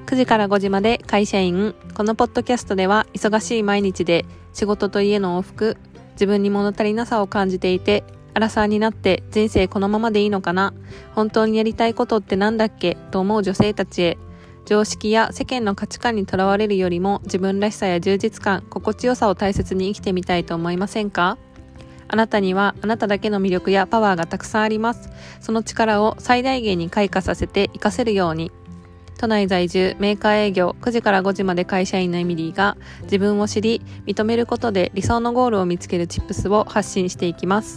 9時から5時まで会社員。このポッドキャストでは忙しい毎日で仕事と家の往復、自分に物足りなさを感じていて、アラサーになって人生このままでいいのかな、本当にやりたいことってなんだっけと思う女性たちへ、常識や世間の価値観にとらわれるよりも自分らしさや充実感、心地よさを大切に生きてみたいと思いませんか？あなたにはあなただけの魅力やパワーがたくさんあります。その力を最大限に開花させて活かせるように、都内在住メーカー営業9時から5時まで会社員のエミリーが自分を知り認めることで理想のゴールを見つけるチップスを発信していきます。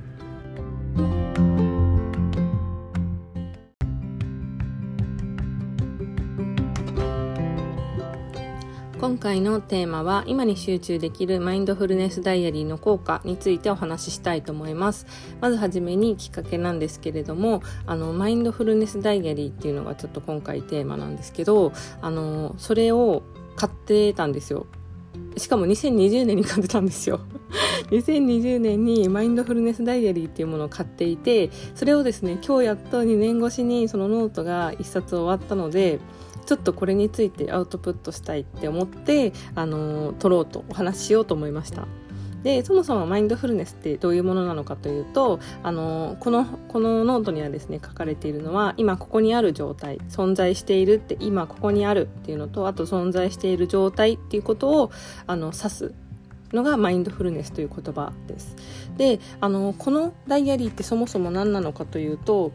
今回のテーマは今に集中できるマインドフルネスダイアリーの効果についてお話ししたいと思います。まずはじめにきっかけなんですけれども、マインドフルネスダイアリーっていうのがちょっと今回テーマなんですけど、それを買ってたんですよ。しかも2020年に買ってたんですよ2020年にマインドフルネスダイアリーっていうものを買っていて、それをですね、今日やっと2年越しにそのノートが1冊終わったので、ちょっとこれについてアウトプットしたいって思って撮ろうとお話ししようと思いました。で、そもそもマインドフルネスってどういうものなのかというと、このノートにはですね書かれているのは、今ここにある状態、存在しているって今ここにあるっていうのと、あと存在している状態っていうことを指すのがマインドフルネスという言葉です。で、このダイアリーってそもそも何なのかというと、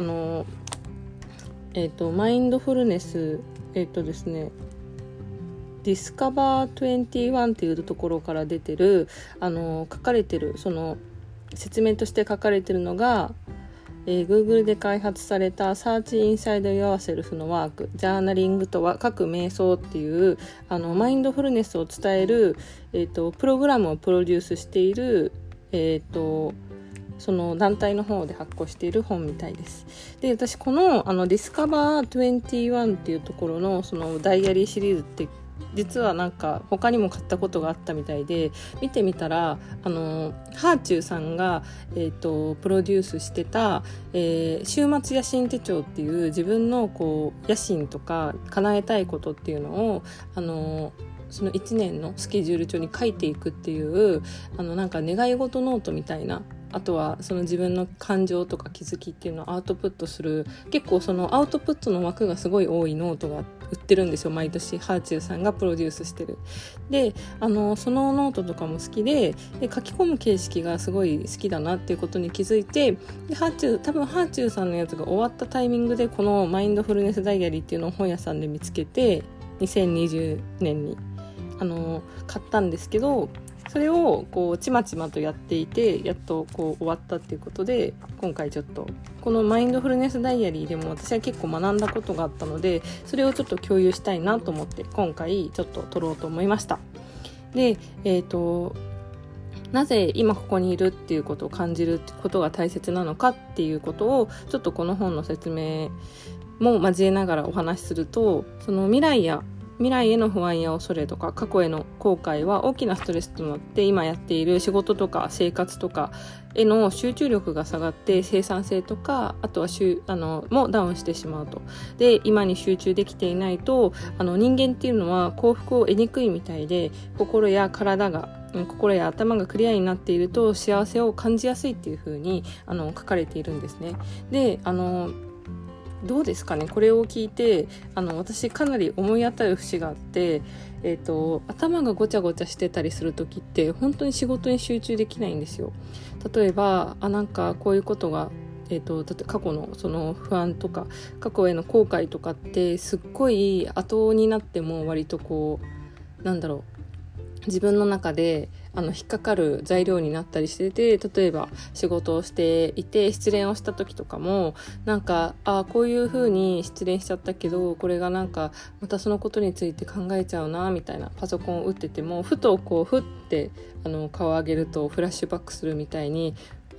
マインドフルネスですね、ディスカバー21っていうところから出てる書かれてる、その説明として書かれてるのが、Google で開発された Search Inside Yourself のワーク、ジャーナリングとは各瞑想っていうマインドフルネスを伝える、プログラムをプロデュースしているその団体の方で発行している本みたいです。で、私このDiscover 21っていうところのそのダイアリーシリーズって実はなんか他にも買ったことがあったみたいで、見てみたらハーチューさんが、プロデュースしてた、週末野心手帳っていう自分のこう野心とか叶えたいことっていうのをその1年のスケジュール帳に書いていくっていうなんか願い事ノートみたいな、あとはその自分の感情とか気づきっていうのをアウトプットする、結構そのアウトプットの枠がすごい多いノートが売ってるんですよ、毎年ハーチューさんがプロデュースしてる。で、そのノートとかも好きで書き込む形式がすごい好きだなっていうことに気づいて、で多分ハーチューさんのやつが終わったタイミングでこのマインドフルネスダイアリーっていうのを本屋さんで見つけて、2020年に買ったんですけど、それをこうちまちまとやっていて、やっとこう終わったっていうことで、今回ちょっとこのマインドフルネスダイアリーでも私は結構学んだことがあったので、それをちょっと共有したいなと思って今回ちょっと撮ろうと思いました。で、なぜ今ここにいるっていうことを感じることが大切なのかっていうことをちょっとこの本の説明も交えながらお話しすると、その未来への不安や恐れとか過去への後悔は大きなストレスとなって、今やっている仕事とか生活とかへの集中力が下がって生産性とか、あとはもダウンしてしまうと。で、今に集中できていないと人間っていうのは幸福を得にくいみたいで、心や頭がクリアになっていると幸せを感じやすいっていう風に書かれているんですね。で、どうですかね、これを聞いて私かなり思い当たる節があって、頭がごちゃごちゃしてたりする時って本当に仕事に集中できないんですよ。例えばなんかこういうことが過去のその不安とか過去への後悔とかってすっごい後になっても割とこう自分の中で引っかかる材料になったりしてて、例えば仕事をしていて失恋をした時とかもなんかこういう風に失恋しちゃったけど、これがなんかまたそのことについて考えちゃうなみたいな、パソコンを打っててもふとこうふって顔を上げるとフラッシュバックするみたいに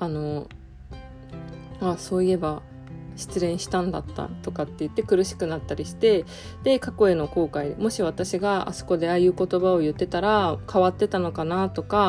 そういえば失恋したんだったとかって言って苦しくなったりして、で過去への後悔、もし私があそこでああいう言葉を言ってたら変わってたのかなとか、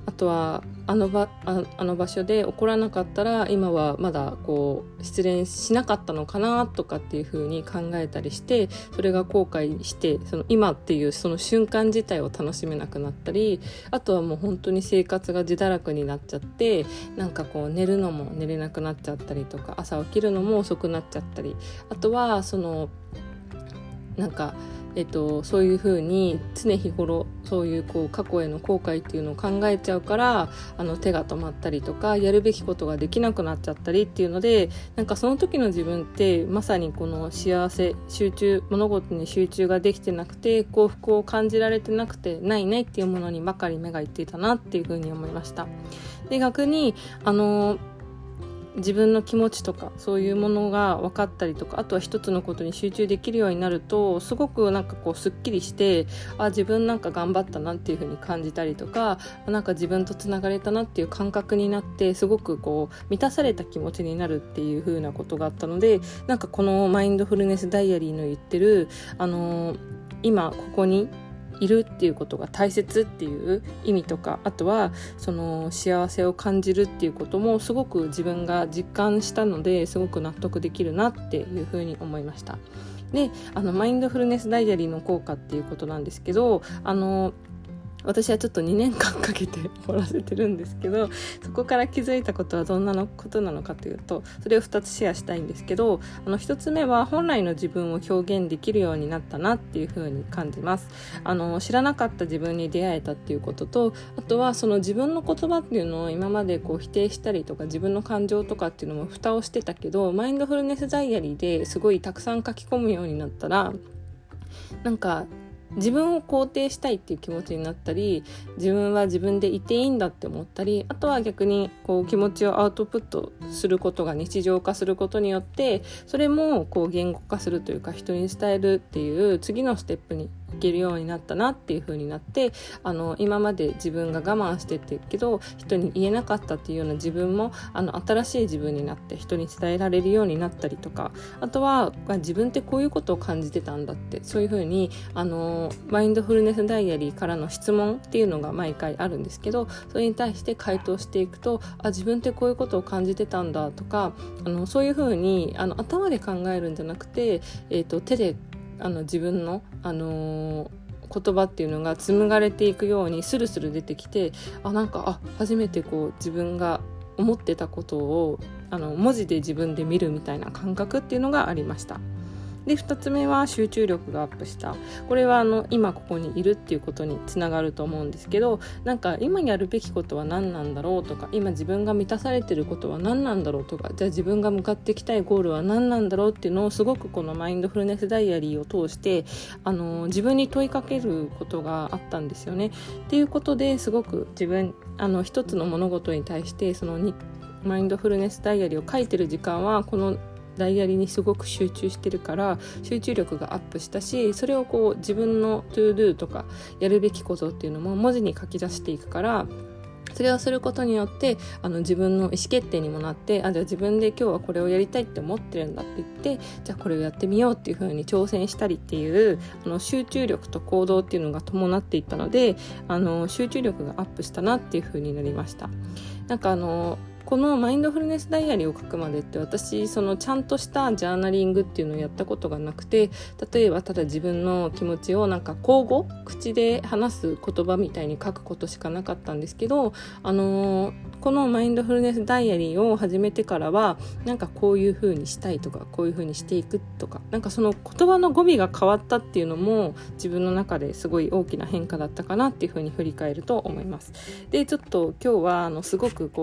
あとはあの場所で起こらなかったら今はまだ失恋しなかったのかなとかっていう風に考えたりして、それが後悔してその今っていうその瞬間自体を楽しめなくなったり、あとはもう本当に生活が自堕落になっちゃって、なんか寝るのも寝れなくなっちゃったりとか、朝起きるのも遅くなっちゃったり、あとはなんかそういう風に常日頃そういう過去への後悔っていうのを考えちゃうから手が止まったりとか、やるべきことができなくなっちゃったりっていうので、なんかその時の自分ってまさにこの幸せ、物事に集中ができてなくて幸福を感じられてなくて、ないっていうものにばかり目がいっていたなっていう風に思いました。で、逆に自分の気持ちとかそういうものが分かったりとか、あとは一つのことに集中できるようになると、すごくなんかすっきりして、自分なんか頑張ったなっていう風に感じたりとか、なんか自分とつながれたなっていう感覚になって、すごく満たされた気持ちになるっていう風なことがあったので、なんかこのマインドフルネスダイアリーの言ってる今ここにいるっていうことが大切っていう意味とか、あとはその幸せを感じるっていうこともすごく自分が実感したので、すごく納得できるなっていうふうに思いました。で、マインドフルネスダイアリーの効果っていうことなんですけど、私はちょっと2年間かけて終わらせてるんですけど、そこから気づいたことはどんなことなのかというと、それを2つシェアしたいんですけど、1つ目は本来の自分を表現できるようになったなっていう風に感じます。知らなかった自分に出会えたっていうことと、あとはその自分の言葉っていうのを今まで否定したりとか、自分の感情とかっていうのも蓋をしてたけど、マインドフルネスダイアリーですごいたくさん書き込むようになったら、なんか自分を肯定したいっていう気持ちになったり、自分は自分でいていいんだって思ったり、あとは逆に気持ちをアウトプットすることが日常化することによって、それも言語化するというか、人に伝えるっていう次のステップにいけるようになったなっていう風になって、今まで自分が我慢しててけど人に言えなかったっていうような自分も新しい自分になって人に伝えられるようになったりとか、あとは自分ってこういうことを感じてたんだって、そういう風にマインドフルネスダイアリーからの質問っていうのが毎回あるんですけど、それに対して回答していくと、自分ってこういうことを感じてたんだとか、そういう風に頭で考えるんじゃなくて、手で自分の、言葉っていうのが紡がれていくようにスルスル出てきて、初めて自分が思ってたことを文字で自分で見るみたいな感覚っていうのがありました。で、2つ目は集中力がアップした。これは今ここにいるっていうことにつながると思うんですけど、なんか今やるべきことは何なんだろうとか、今自分が満たされてることは何なんだろうとか、じゃあ自分が向かっていきたいゴールは何なんだろうっていうのをすごくこのマインドフルネスダイアリーを通して自分に問いかけることがあったんですよね。っていうことですごく自分一つの物事に対してマインドフルネスダイアリーを書いてる時間はこのダイアリーにすごく集中してるから集中力がアップしたし、それを自分のトゥードゥとかやるべきことっていうのも文字に書き出していくから、それをすることによって自分の意思決定にもなって、じゃあ自分で今日はこれをやりたいって思ってるんだって言って、じゃあこれをやってみようっていう風に挑戦したりっていう集中力と行動っていうのが伴っていったので、集中力がアップしたなっていう風になりました。なんかこのマインドフルネスダイアリーを書くまでって私ちゃんとしたジャーナリングっていうのをやったことがなくて、例えばただ自分の気持ちを口語、口で話す言葉みたいに書くことしかなかったんですけど、このマインドフルネスダイアリーを始めてからはこういう風にしたいとか、こういう風にしていくとか、その言葉の語尾が変わったっていうのも自分の中ですごい大きな変化だったかなっていう風に振り返ると思います。で、ちょっと今日はすごく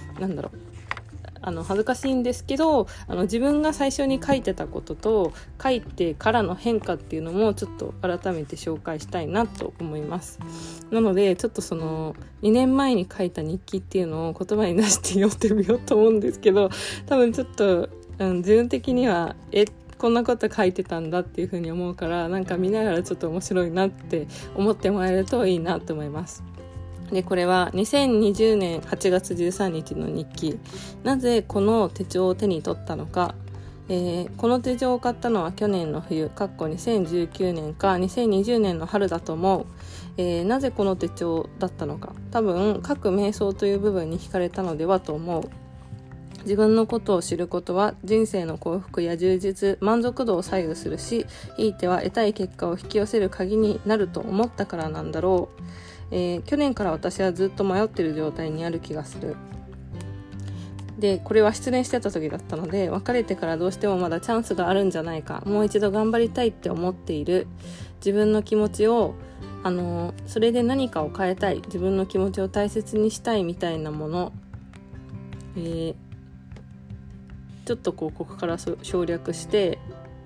恥ずかしいんですけど自分が最初に書いてたことと書いてからの変化っていうのもちょっと改めて紹介したいなと思います。なのでちょっと2年前に書いた日記っていうのを言葉に出して読んでみようと思うんですけど、多分ちょっと自分的にはこんなこと書いてたんだっていう風に思うから、見ながらちょっと面白いなって思ってもらえるといいなと思います。で、これは2020年8月13日の日記。なぜこの手帳を手に取ったのか。 この手帳を買ったのは去年の冬2019年か2020年の春だと思う。なぜこの手帳だったのか、多分書く瞑想という部分に惹かれたのではと思う。自分のことを知ることは人生の幸福や充実、満足度を左右するし、ひいては得たい結果を引き寄せる鍵になると思ったからなんだろう。去年から私はずっと迷っている状態にある気がする。で、これは失恋してた時だったので、別れてからどうしてもまだチャンスがあるんじゃないか、もう一度頑張りたいって思っている。自分の気持ちをそれで何かを変えたい、自分の気持ちを大切にしたいみたいなもの、ちょっとここから省略して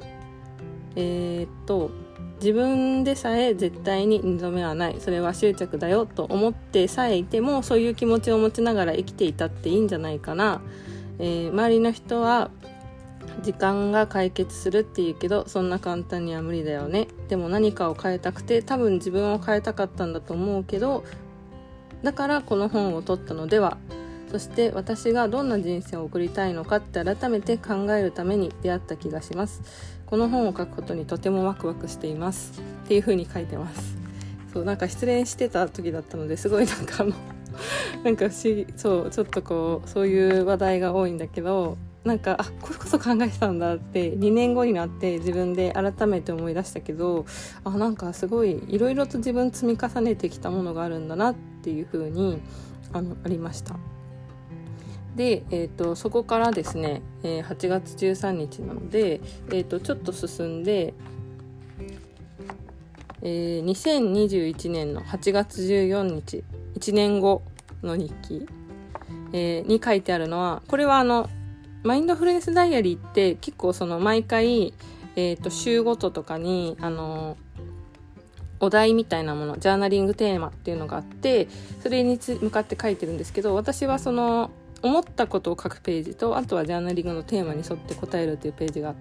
自分でさえ絶対に二度目はない、それは執着だよと思ってさえいても、そういう気持ちを持ちながら生きていたっていいんじゃないかな。周りの人は時間が解決するって言うけど、そんな簡単には無理だよね。でも何かを変えたくて、多分自分を変えたかったんだと思うけど、だからこの本を取ったのでは。そして私がどんな人生を送りたいのかって改めて考えるために出会った気がします。この本を書くことにとてもワクワクしていますっていう風に書いてます。そう、なんか失恋してた時だったので、すごいなんかなんか不思議、そう、ちょっとこうそういう話題が多いんだけど、なんかこれこそ考えてたんだって2年後になって自分で改めて思い出したけど、なんかすごいいろいろと自分積み重ねてきたものがあるんだなっていう風にありました。で、そこからですね、8月13日なので、ちょっと進んで、2021年の8月14日1年後の日記、に書いてあるのは、これはマインドフルネスダイアリーって結構その毎回、週ごととかにお題みたいなもの、ジャーナリングテーマっていうのがあって、それに向かって書いてるんですけど、私はその思ったことを書くページと、あとはジャーナリングのテーマに沿って答えるっていうページがあって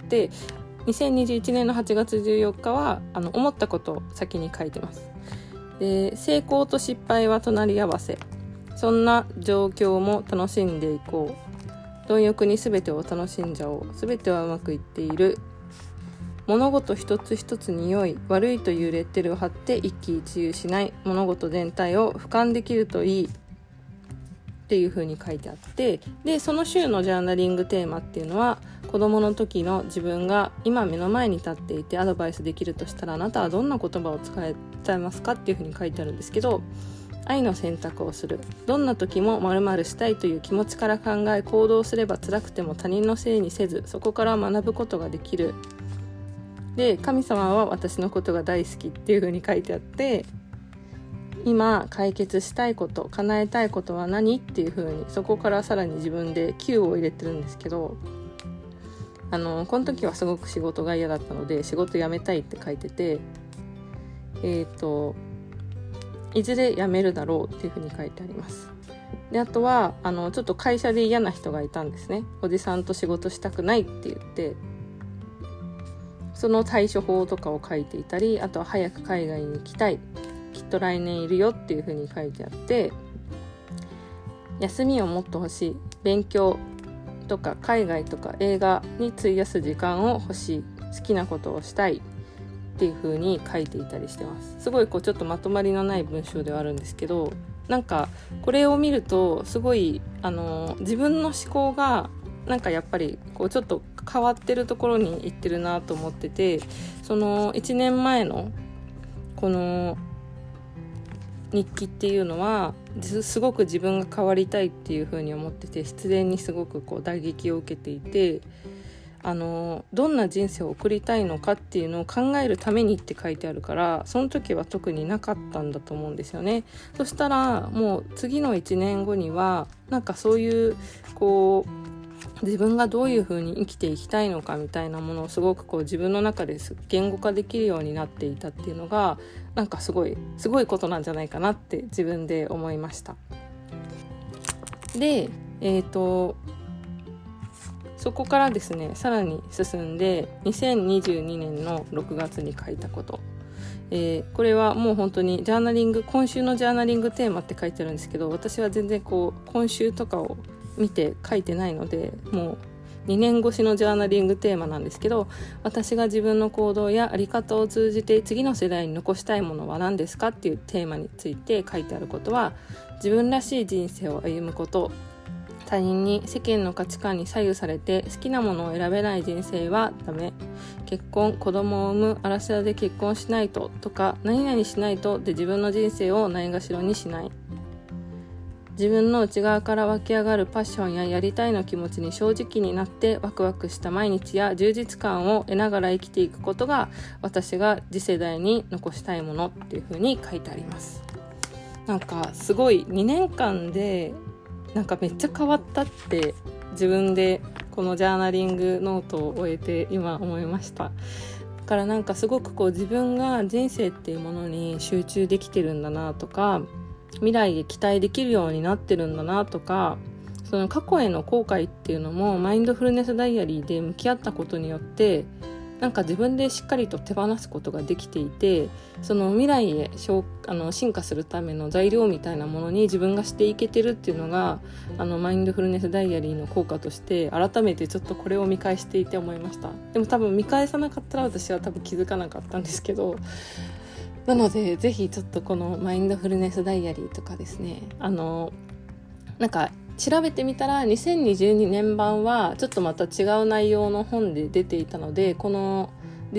、2021年の8月14日は思ったことを先に書いてます。で、成功と失敗は隣り合わせ、そんな状況も楽しんでいこう、貪欲に全てを楽しんじゃおう、全てはうまくいっている、物事一つ一つに良い悪いというレッテルを貼って一喜一憂しない、物事全体を俯瞰できるといいっていう風に書いてあって、でその週のジャーナリングテーマっていうのは、子供の時の自分が今目の前に立っていてアドバイスできるとしたら、あなたはどんな言葉を伝えますかっていう風に書いてあるんですけど、愛の選択をする、どんな時も〇〇したいという気持ちから考え行動すれば、辛くても他人のせいにせずそこから学ぶことができる、で神様は私のことが大好きっていう風に書いてあって、今解決したいこと、叶えたいことは何っていう風に、そこからさらに自分で Q を入れてるんですけど、この時はすごく仕事が嫌だったので仕事辞めたいって書いてて、いずれ辞めるだろうっていう風に書いてあります。で、あとはちょっと会社で嫌な人がいたんですね。おじさんと仕事したくないって言って、その対処法とかを書いていたり、あとは早く海外に行きたい、きっと来年いるよっていう風に書いてあって、休みをもっと欲しい、勉強とか海外とか映画に費やす時間を欲しい、好きなことをしたいっていう風に書いていたりしてます。すごいこうちょっとまとまりのない文章ではあるんですけど、なんかこれを見るとすごい自分の思考がなんかやっぱりこうちょっと変わってるところに行ってるなと思ってて、その1年前のこの日記っていうのはすごく自分が変わりたいっていう風に思ってて、失恋にすごくこう打撃を受けていて、どんな人生を送りたいのかっていうのを考えるためにって書いてあるから、その時は特になかったんだと思うんですよね。そしたらもう次の1年後にはなんかそういうこう自分がどういう風に生きていきたいのかみたいなものをすごくこう自分の中で言語化できるようになっていたっていうのが、なんかすごいことなんじゃないかなって自分で思いました。で、そこからですね、さらに進んで2022年の6月に書いたこと、これはもう本当にジャーナリング、今週のジャーナリングテーマって書いてあるんですけど、私は全然こう今週とかを見て書いてないので、もう 2年越しのジャーナリングテーマなんですけど、私が自分の行動や在り方を通じて次の世代に残したいものは何ですかっていうテーマについて書いてあることは、自分らしい人生を歩むこと、他人に世間の価値観に左右されて好きなものを選べない人生はダメ、結婚、子供を産む、アラサーで結婚しないととか何々しないとで自分の人生をないがしろにしない、自分の内側から湧き上がるパッションややりたいの気持ちに正直になってワクワクした毎日や充実感を得ながら生きていくことが私が次世代に残したいものっていう風に書いてあります。なんかすごい2年間でなんかめっちゃ変わったって自分でこのジャーナリングノートを終えて今思いました。だからなんかすごく自分が人生っていうものに集中できてるんだなとか、未来へ期待できるようになってるんだなとか、その過去への後悔っていうのもマインドフルネスダイアリーで向き合ったことによってなんか自分でしっかりと手放すことができていて、その未来へ進化するための材料みたいなものに自分がしていけてるっていうのがマインドフルネスダイアリーの効果として改めてちょっとこれを見返していて思いました。でも多分見返さなかったら私は多分気づかなかったんですけど、なのでぜひちょっとこのマインドフルネスダイアリーとかですね、なんか調べてみたら2022年版はちょっとまた違う内容の本で出ていたので、この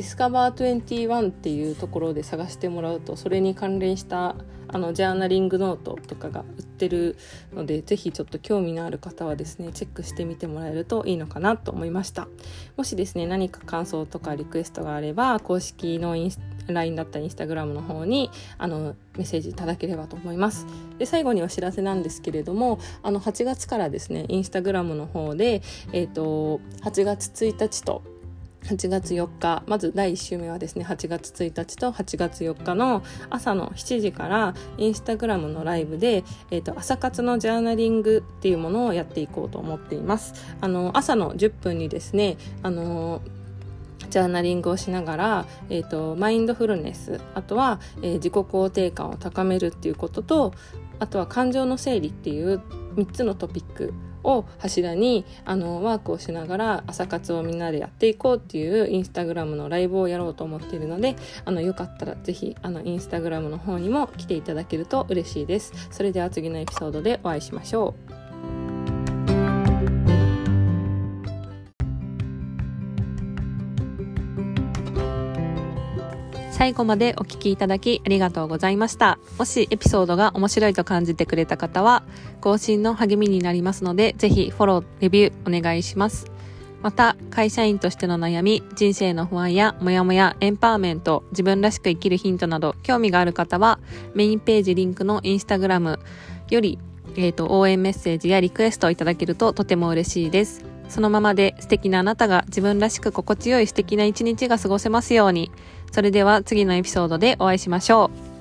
Discover21っていうところで探してもらうとそれに関連したジャーナリングノートとかが売ってるので、ぜひちょっと興味のある方はですねチェックしてみてもらえるといいのかなと思いました。もしですね何か感想とかリクエストがあれば公式のLINE だったり Instagram の方にメッセージいただければと思います。で最後にお知らせなんですけれども、8月からですね Instagram の方で、8月1日と8月4日、まず第1週目はですね8月1日と8月4日の朝の7時からインスタグラムのライブで、朝活のジャーナリングっていうものをやっていこうと思っています。朝の10分にですねジャーナリングをしながら、マインドフルネス、あとは、自己肯定感を高めるっていうことと、あとは感情の整理っていう3つのトピックを柱にワークをしながら朝活をみんなでやっていこうっていうインスタグラムのライブをやろうと思っているので、よかったらぜひインスタグラムの方にも来ていただけると嬉しいです。それでは次のエピソードでお会いしましょう。最後までお聞きいただきありがとうございました。もしエピソードが面白いと感じてくれた方は更新の励みになりますので、ぜひフォロー、レビューお願いします。また会社員としての悩み、人生の不安やモヤモヤ、エンパワーメント、自分らしく生きるヒントなど興味がある方はメインページリンクのインスタグラムより、応援メッセージやリクエストをいただけるととても嬉しいです。そのままで素敵なあなたが自分らしく心地よい素敵な一日が過ごせますように。それでは次のエピソードでお会いしましょう。